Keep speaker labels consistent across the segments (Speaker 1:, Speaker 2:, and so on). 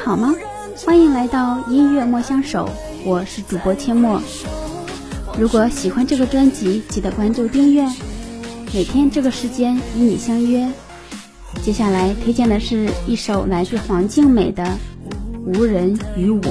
Speaker 1: 好吗？欢迎来到音乐墨香手，我是主播阡陌。如果喜欢这个专辑，记得关注订阅，每天这个时间与你相约。接下来推荐的是一首来自黄静美的《无人与我》。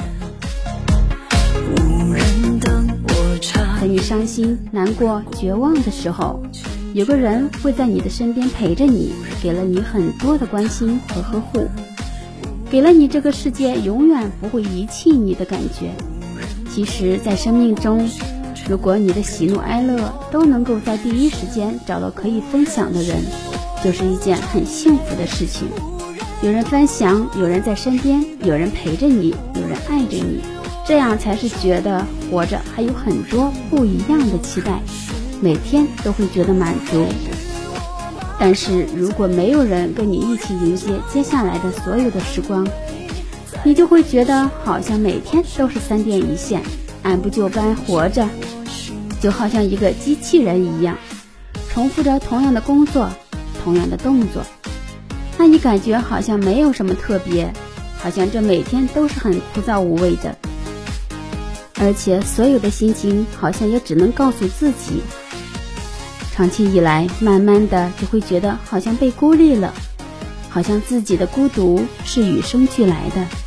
Speaker 1: 在你伤心、难过、绝望的时候，有个人会在你的身边陪着你，给了你很多的关心和呵护，给了你这个世界永远不会遗弃你的感觉。其实在生命中，如果你的喜怒哀乐都能够在第一时间找到可以分享的人，就是一件很幸福的事情。有人分享，有人在身边，有人陪着你，有人爱着你，这样才是觉得活着还有很多不一样的期待，每天都会觉得满足。但是如果没有人跟你一起迎接接下来的所有的时光，你就会觉得好像每天都是3点一线，按部就班活着，就好像一个机器人一样，重复着同样的工作，同样的动作，那你感觉好像没有什么特别，好像这每天都是很枯燥无味的，而且所有的心情好像也只能告诉自己。长期以来，慢慢的就会觉得好像被孤立了，好像自己的孤独是与生俱来的。